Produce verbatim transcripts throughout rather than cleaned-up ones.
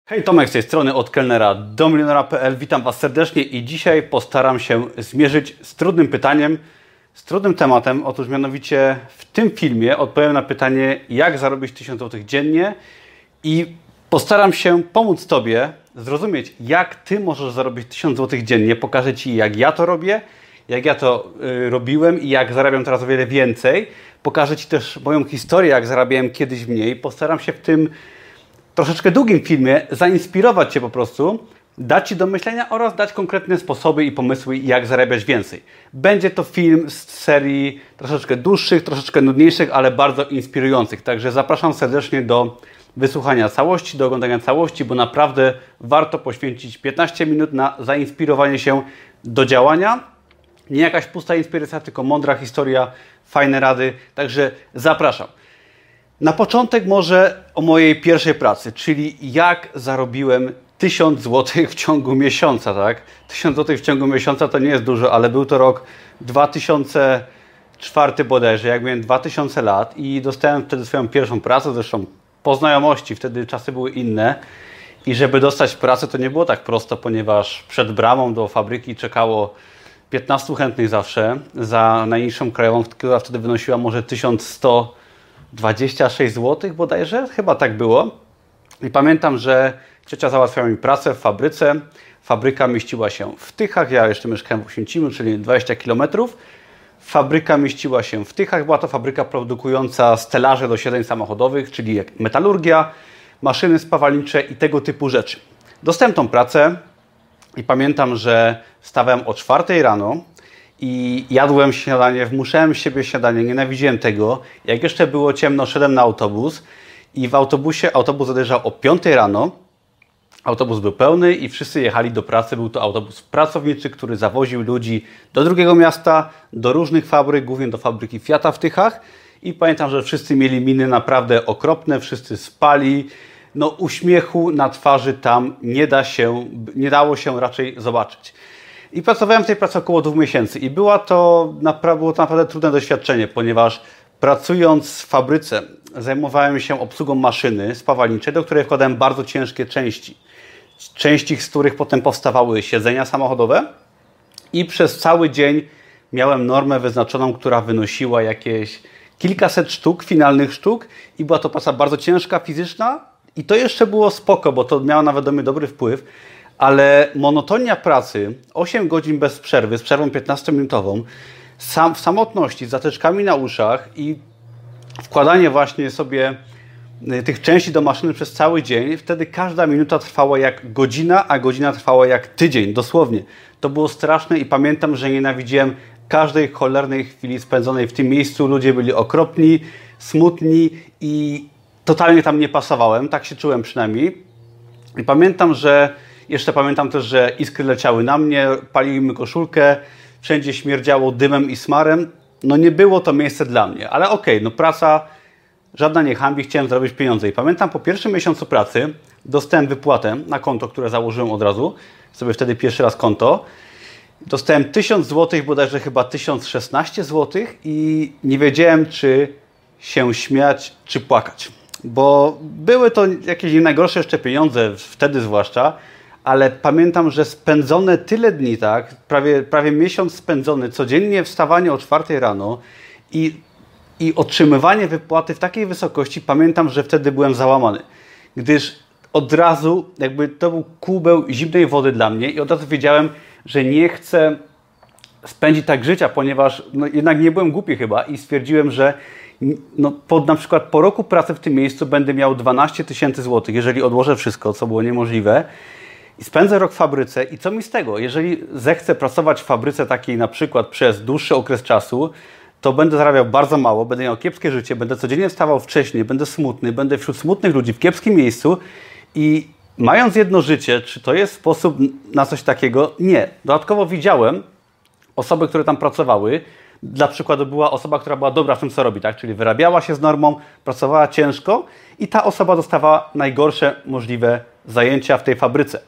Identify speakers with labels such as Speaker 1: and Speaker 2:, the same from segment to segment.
Speaker 1: Hej, Tomek z tej strony, od kelnera do milionera kropka p l. Witam Was serdecznie i dzisiaj postaram się zmierzyć z trudnym pytaniem, z trudnym tematem. Otóż mianowicie w tym filmie odpowiem na pytanie, jak zarobić tysiąc złotych dziennie i postaram się pomóc Tobie zrozumieć, jak Ty możesz zarobić tysiąc złotych dziennie. Pokażę Ci, jak ja to robię, jak ja to y, robiłem i jak zarabiam teraz o wiele więcej. Pokażę Ci też moją historię, jak zarabiałem kiedyś mniej. Postaram się w tym troszeczkę długim filmie zainspirować Cię po prostu, dać Ci do myślenia oraz dać konkretne sposoby i pomysły, jak zarabiać więcej. Będzie to film z serii troszeczkę dłuższych, troszeczkę nudniejszych, ale bardzo inspirujących. Także zapraszam serdecznie do wysłuchania całości, do oglądania całości, bo naprawdę warto poświęcić piętnaście minut na zainspirowanie się do działania. Nie jakaś pusta inspiracja, tylko mądra historia, fajne rady. Także zapraszam. Na początek może o mojej pierwszej pracy, czyli jak zarobiłem tysiąc złotych w ciągu miesiąca, tak? tysiąc złotych w ciągu miesiąca to nie jest dużo, ale był to rok dwa tysiące czwarty bodajże, jak miałem dwa tysiące lat i dostałem wtedy swoją pierwszą pracę, zresztą po znajomości, wtedy czasy były inne i żeby dostać pracę to nie było tak prosto, ponieważ przed bramą do fabryki czekało piętnastu chętnych zawsze za najniższą krajową, która wtedy wynosiła może tysiąc sto dwadzieścia sześć złotych bodajże, chyba tak było. I pamiętam, że ciocia załatwiała mi pracę w fabryce. Fabryka mieściła się w Tychach, ja jeszcze mieszkałem w Oświęcimiu, czyli dwadzieścia kilometrów. Fabryka mieściła się w Tychach, była to fabryka produkująca stelaże do siedzeń samochodowych, czyli jak metalurgia, maszyny spawalnicze i tego typu rzeczy. Dostałem tą pracę i pamiętam, że wstawałem o czwartej rano i jadłem śniadanie, wmuszałem z siebie śniadanie, nienawidziłem tego. Jak jeszcze było ciemno, szedłem na autobus i w autobusie autobus odjeżdżał o piątej rano. Autobus był pełny i wszyscy jechali do pracy. Był to autobus pracowniczy, który zawoził ludzi do drugiego miasta, do różnych fabryk, głównie do fabryki Fiata w Tychach. I pamiętam, że wszyscy mieli miny naprawdę okropne, wszyscy spali. No uśmiechu na twarzy tam nie da się, nie dało się raczej zobaczyć. I pracowałem w tej pracy około dwóch miesięcy i była to naprawdę, było to naprawdę trudne doświadczenie, ponieważ pracując w fabryce zajmowałem się obsługą maszyny spawalniczej, do której wkładałem bardzo ciężkie części. Części, z których potem powstawały siedzenia samochodowe i przez cały dzień miałem normę wyznaczoną, która wynosiła jakieś kilkaset sztuk, finalnych sztuk i była to praca bardzo ciężka, fizyczna i to jeszcze było spoko, bo to miało nawet do mnie dobry wpływ. Ale monotonia pracy, osiem godzin bez przerwy, z przerwą piętnastominutową, sam, w samotności, z zatyczkami na uszach i wkładanie właśnie sobie tych części do maszyny przez cały dzień, wtedy każda minuta trwała jak godzina, a godzina trwała jak tydzień, dosłownie. To było straszne i pamiętam, że nienawidziłem każdej cholernej chwili spędzonej w tym miejscu. Ludzie byli okropni, smutni i totalnie tam nie pasowałem, tak się czułem przynajmniej. I pamiętam, że Jeszcze pamiętam też, że iskry leciały na mnie, paliły mi koszulkę, wszędzie śmierdziało dymem i smarem. No nie było to miejsce dla mnie, ale okej, okay, no praca, żadna nie hańbi, chciałem zarobić pieniądze. I pamiętam, po pierwszym miesiącu pracy dostałem wypłatę na konto, które założyłem od razu, sobie wtedy pierwszy raz konto. Dostałem tysiąc złotych, bodajże chyba tysiąc szesnaście złotych i nie wiedziałem, czy się śmiać, czy płakać. Bo były to jakieś nie najgorsze jeszcze pieniądze, wtedy zwłaszcza, ale pamiętam, że spędzone tyle dni, tak, prawie, prawie miesiąc spędzony, codziennie wstawanie o czwartej rano i, i otrzymywanie wypłaty w takiej wysokości, pamiętam, że wtedy byłem załamany, gdyż od razu jakby to był kubeł zimnej wody dla mnie i od razu wiedziałem, że nie chcę spędzić tak życia, ponieważ no, jednak nie byłem głupi chyba i stwierdziłem, że no, po, na przykład po roku pracy w tym miejscu będę miał dwanaście tysięcy złotych, jeżeli odłożę wszystko, co było niemożliwe. I spędzę rok w fabryce i co mi z tego? Jeżeli zechcę pracować w fabryce takiej na przykład przez dłuższy okres czasu, to będę zarabiał bardzo mało, będę miał kiepskie życie, będę codziennie wstawał wcześniej, będę smutny, będę wśród smutnych ludzi w kiepskim miejscu i mając jedno życie, czy to jest sposób na coś takiego? Nie. Dodatkowo widziałem osoby, które tam pracowały. Dla przykładu była osoba, która była dobra w tym, co robi, tak? Czyli wyrabiała się z normą, pracowała ciężko i ta osoba dostawała najgorsze możliwe zajęcia w tej fabryce.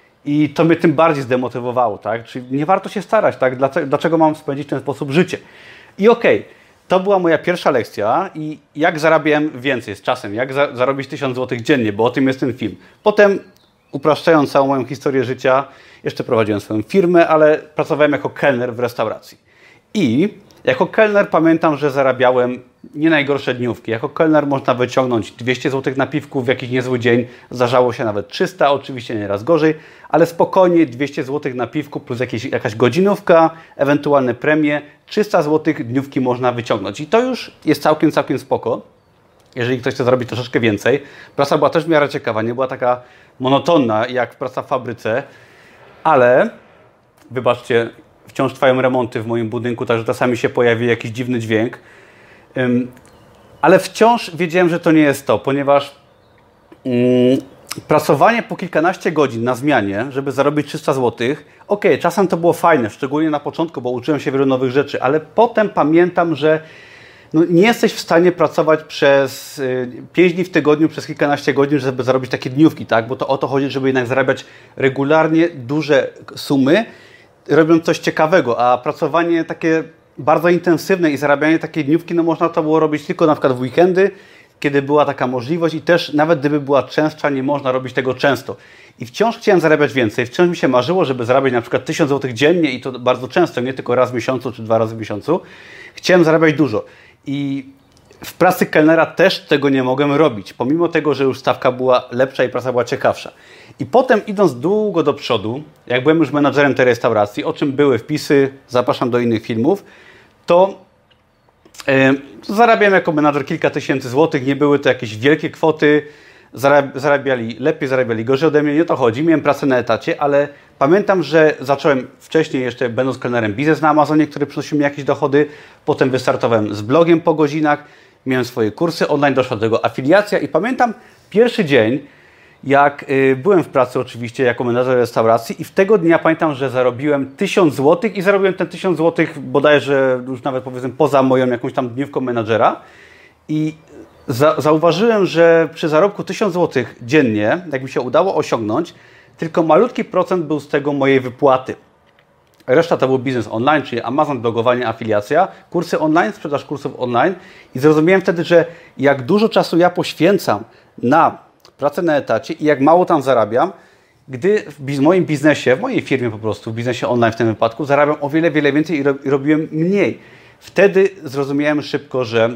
Speaker 1: I to mnie tym bardziej zdemotywowało, tak? Czyli nie warto się starać, tak? Dlaczego, dlaczego mam spędzić w ten sposób życie? I okej, okay, to była moja pierwsza lekcja i jak zarabiałem więcej z czasem, jak za, zarobić tysiąc złotych dziennie, bo o tym jest ten film. Potem upraszczając całą moją historię życia, jeszcze prowadziłem swoją firmę, ale pracowałem jako kelner w restauracji. I jako kelner pamiętam, że zarabiałem nie najgorsze dniówki. Jako kelner można wyciągnąć dwieście złotych na piwku w jakiś niezły dzień. Zdarzało się nawet trzysta, oczywiście nieraz gorzej, ale spokojnie dwieście złotych na piwku plus jakieś, jakaś godzinówka, ewentualne premie. trzysta złotych dniówki można wyciągnąć. I to już jest całkiem, całkiem spoko. Jeżeli ktoś chce zarobić troszeczkę więcej. Praca była też w miarę ciekawa, nie była taka monotonna jak praca w fabryce, ale wybaczcie, wciąż trwają remonty w moim budynku, także czasami się pojawi jakiś dziwny dźwięk. Um, ale wciąż wiedziałem, że to nie jest to, ponieważ um, pracowanie po kilkanaście godzin na zmianie, żeby zarobić trzysta złotych, ok, czasem to było fajne, szczególnie na początku, bo uczyłem się wielu nowych rzeczy, ale potem pamiętam, że no, nie jesteś w stanie pracować przez y, pięć dni w tygodniu, przez kilkanaście godzin, żeby zarobić takie dniówki, tak? Bo to o to chodzi, żeby jednak zarabiać regularnie duże sumy, robiąc coś ciekawego, a pracowanie takie bardzo intensywne i zarabianie takiej dniówki, no można to było robić tylko na przykład w weekendy, kiedy była taka możliwość i też nawet gdyby była częstsza, nie można robić tego często. I wciąż chciałem zarabiać więcej, wciąż mi się marzyło, żeby zarabiać na przykład tysiąc złotych dziennie i to bardzo często, nie tylko raz w miesiącu czy dwa razy w miesiącu. Chciałem zarabiać dużo. I w pracy kelnera też tego nie mogłem robić, pomimo tego, że już stawka była lepsza i praca była ciekawsza. I potem idąc długo do przodu, jak byłem już menadżerem tej restauracji, o czym były wpisy, zapraszam do innych filmów, to yy, zarabiałem jako menadżer kilka tysięcy złotych, nie były to jakieś wielkie kwoty, zarabiali lepiej, zarabiali gorzej ode mnie, nie o to chodzi, miałem pracę na etacie, ale pamiętam, że zacząłem wcześniej jeszcze będąc kelnerem biznes na Amazonie, który przynosił mi jakieś dochody, potem wystartowałem z blogiem po godzinach, miałem swoje kursy online, doszła do tego afiliacja i pamiętam pierwszy dzień, jak y, byłem w pracy oczywiście jako menadżer restauracji i w tego dnia pamiętam, że zarobiłem tysiąc złotych i zarobiłem ten tysiąc złotych bodajże już nawet powiedzmy poza moją jakąś tam dniówką menadżera i za, zauważyłem, że przy zarobku tysiąc złotych dziennie, jak mi się udało osiągnąć, tylko malutki procent był z tego mojej wypłaty. Reszta to był biznes online, czyli Amazon, blogowanie, afiliacja, kursy online, sprzedaż kursów online i zrozumiałem wtedy, że jak dużo czasu ja poświęcam na pracę na etacie i jak mało tam zarabiam, gdy w moim biznesie, w mojej firmie po prostu, w biznesie online w tym wypadku, zarabiam o wiele, wiele więcej i robiłem mniej. Wtedy zrozumiałem szybko, że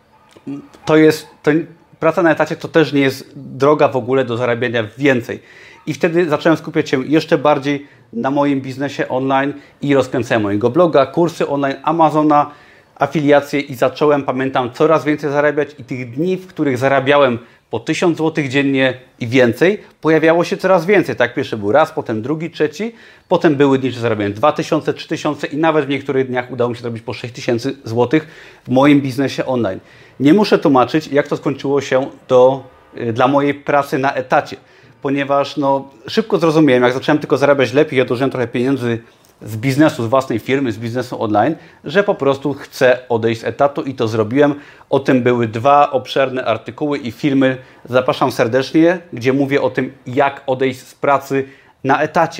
Speaker 1: to jest, to, praca na etacie to też nie jest droga w ogóle do zarabiania więcej. I wtedy zacząłem skupiać się jeszcze bardziej na moim biznesie online i rozkręcałem mojego bloga, kursy online, Amazona, afiliacje i zacząłem, pamiętam, coraz więcej zarabiać i tych dni, w których zarabiałem po tysiąc złotych dziennie i więcej, pojawiało się coraz więcej. Tak, pierwszy był raz, potem drugi, trzeci, potem były dni, że zarabiałem dwa tysiące, trzy tysiące i nawet w niektórych dniach udało mi się zrobić po sześć tysięcy złotych w moim biznesie online. Nie muszę tłumaczyć, jak to skończyło się do, dla mojej pracy na etacie, ponieważ no, szybko zrozumiałem, jak zacząłem tylko zarabiać lepiej, ja dożyłem trochę pieniędzy z biznesu, z własnej firmy, z biznesu online, że po prostu chcę odejść z etatu i to zrobiłem. O tym były dwa obszerne artykuły i filmy. Zapraszam serdecznie, gdzie mówię o tym, jak odejść z pracy na etacie.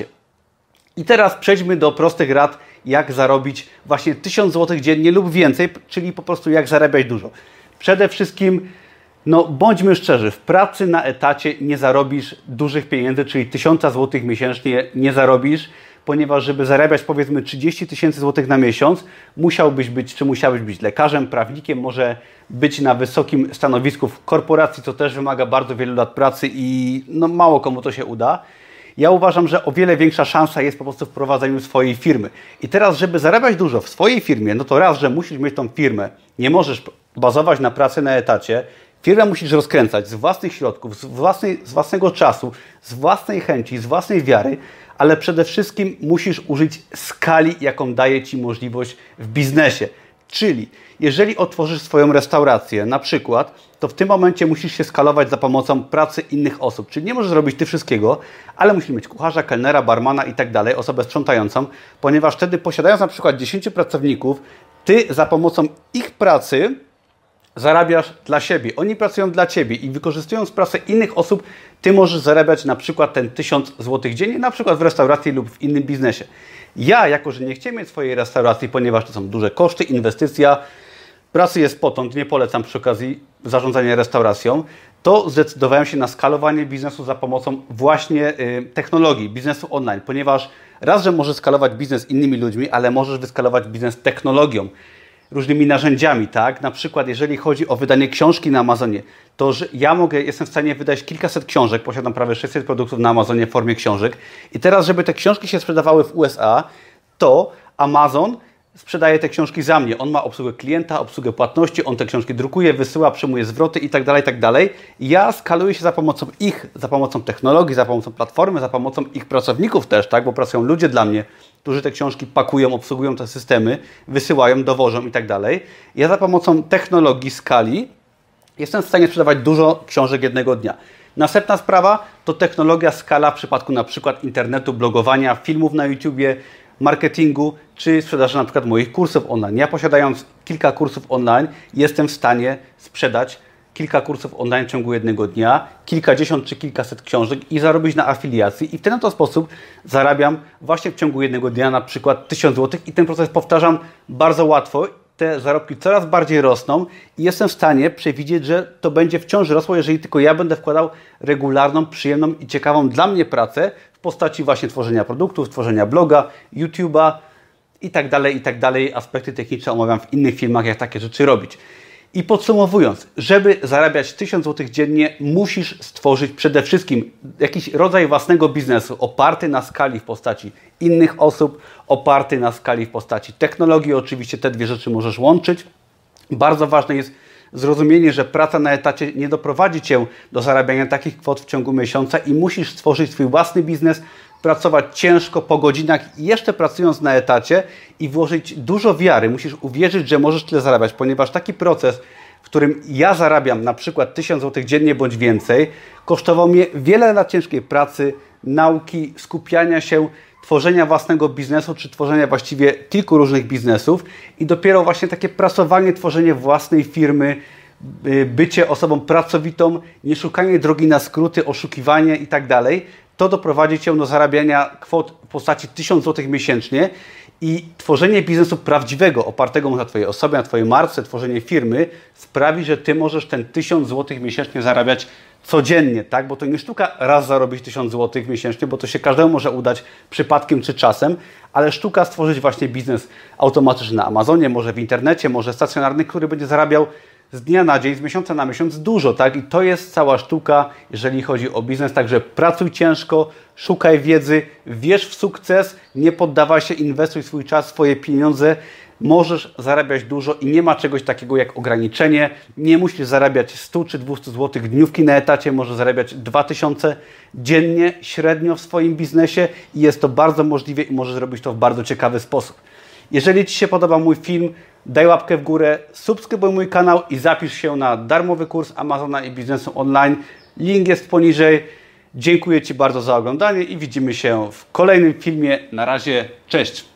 Speaker 1: I teraz przejdźmy do prostych rad, jak zarobić właśnie tysiąc złotych dziennie lub więcej, czyli po prostu jak zarabiać dużo. Przede wszystkim, no bądźmy szczerzy, w pracy na etacie nie zarobisz dużych pieniędzy, czyli tysiąc złotych miesięcznie nie zarobisz, ponieważ żeby zarabiać powiedzmy trzydzieści tysięcy złotych na miesiąc, musiałbyś być, czy musiałbyś być lekarzem, prawnikiem, może być na wysokim stanowisku w korporacji, co też wymaga bardzo wielu lat pracy i no, mało komu to się uda. Ja uważam, że o wiele większa szansa jest po prostu w prowadzeniu swojej firmy. I teraz, żeby zarabiać dużo w swojej firmie, no to raz, że musisz mieć tą firmę, nie możesz bazować na pracy na etacie, firmę musisz rozkręcać z własnych środków, z, własnej, z własnego czasu, z własnej chęci, z własnej wiary, ale przede wszystkim musisz użyć skali, jaką daje Ci możliwość w biznesie. Czyli jeżeli otworzysz swoją restaurację na przykład, to w tym momencie musisz się skalować za pomocą pracy innych osób. Czyli nie możesz robić Ty wszystkiego, ale musisz mieć kucharza, kelnera, barmana i tak dalej, osobę sprzątającą, ponieważ wtedy posiadając na przykład dziesięciu pracowników, Ty za pomocą ich pracy zarabiasz dla siebie. Oni pracują dla Ciebie i wykorzystując pracę innych osób, Ty możesz zarabiać na przykład ten tysiąc złotych dziennie, na przykład w restauracji lub w innym biznesie. Ja, jako że nie chciałem mieć swojej restauracji, ponieważ to są duże koszty, inwestycja, pracy jest potąd, nie polecam przy okazji zarządzania restauracją, to zdecydowałem się na skalowanie biznesu za pomocą właśnie y, technologii, biznesu online, ponieważ raz, że możesz skalować biznes innymi ludźmi, ale możesz wyskalować biznes technologią, różnymi narzędziami, tak? Na przykład jeżeli chodzi o wydanie książki na Amazonie, to że ja mogę, jestem w stanie wydać kilkaset książek, posiadam prawie sześćset produktów na Amazonie w formie książek i teraz, żeby te książki się sprzedawały w U S A, to Amazon sprzedaje te książki za mnie. On ma obsługę klienta, obsługę płatności, on te książki drukuje, wysyła, przyjmuje zwroty i tak dalej, i tak dalej. Ja skaluję się za pomocą ich, za pomocą technologii, za pomocą platformy, za pomocą ich pracowników też, tak? Bo pracują ludzie dla mnie, którzy te książki pakują, obsługują te systemy, wysyłają, dowożą i tak dalej. Ja za pomocą technologii, skali jestem w stanie sprzedawać dużo książek jednego dnia. Następna sprawa to technologia, skala w przypadku na przykład internetu, blogowania, filmów na YouTubie, marketingu, czy sprzedaży na przykład moich kursów online. Ja posiadając kilka kursów online jestem w stanie sprzedać kilka kursów online w ciągu jednego dnia, kilkadziesiąt czy kilkaset książek i zarobić na afiliacji i w ten oto sposób zarabiam właśnie w ciągu jednego dnia na przykład tysiąc złotych i ten proces powtarzam bardzo łatwo. Te zarobki coraz bardziej rosną i jestem w stanie przewidzieć, że to będzie wciąż rosło, jeżeli tylko ja będę wkładał regularną, przyjemną i ciekawą dla mnie pracę w postaci właśnie tworzenia produktów, tworzenia bloga, YouTube'a i tak dalej, i tak dalej. Aspekty techniczne omawiam w innych filmach, jak takie rzeczy robić. I podsumowując, żeby zarabiać tysiąc złotych dziennie, musisz stworzyć przede wszystkim jakiś rodzaj własnego biznesu oparty na skali w postaci innych osób, oparty na skali w postaci technologii. Oczywiście te dwie rzeczy możesz łączyć. Bardzo ważne jest zrozumienie, że praca na etacie nie doprowadzi Cię do zarabiania takich kwot w ciągu miesiąca i musisz stworzyć swój własny biznes, pracować ciężko po godzinach i jeszcze pracując na etacie i włożyć dużo wiary. Musisz uwierzyć, że możesz tyle zarabiać, ponieważ taki proces, w którym ja zarabiam na przykład tysiąc złotych dziennie bądź więcej, kosztował mnie wiele lat ciężkiej pracy, nauki, skupiania się, tworzenia własnego biznesu, czy tworzenia właściwie kilku różnych biznesów i dopiero właśnie takie pracowanie, tworzenie własnej firmy, bycie osobą pracowitą, nie szukanie drogi na skróty, oszukiwanie i tak dalej, to doprowadzi Cię do zarabiania kwot w postaci tysiąc złotych miesięcznie i tworzenie biznesu prawdziwego, opartego na Twojej osobie, na Twojej marce, tworzenie firmy sprawi, że Ty możesz ten tysiąc złotych miesięcznie zarabiać codziennie, tak? Bo to nie sztuka raz zarobić tysiąc złotych miesięcznie, bo to się każdemu może udać przypadkiem czy czasem, ale sztuka stworzyć właśnie biznes automatyczny na Amazonie, może w internecie, może stacjonarny, który będzie zarabiał z dnia na dzień, z miesiąca na miesiąc dużo, tak? I to jest cała sztuka, jeżeli chodzi o biznes. Także pracuj ciężko, szukaj wiedzy, wierz w sukces, nie poddawaj się, inwestuj swój czas, swoje pieniądze. Możesz zarabiać dużo i nie ma czegoś takiego jak ograniczenie. Nie musisz zarabiać sto czy dwieście złotych dniówki na etacie, możesz zarabiać dwa tysiące dziennie średnio w swoim biznesie i jest to bardzo możliwe i możesz zrobić to w bardzo ciekawy sposób. Jeżeli Ci się podoba mój film, daj łapkę w górę, subskrybuj mój kanał i zapisz się na darmowy kurs Amazona i biznesu online. Link jest poniżej. Dziękuję Ci bardzo za oglądanie i widzimy się w kolejnym filmie. Na razie, cześć!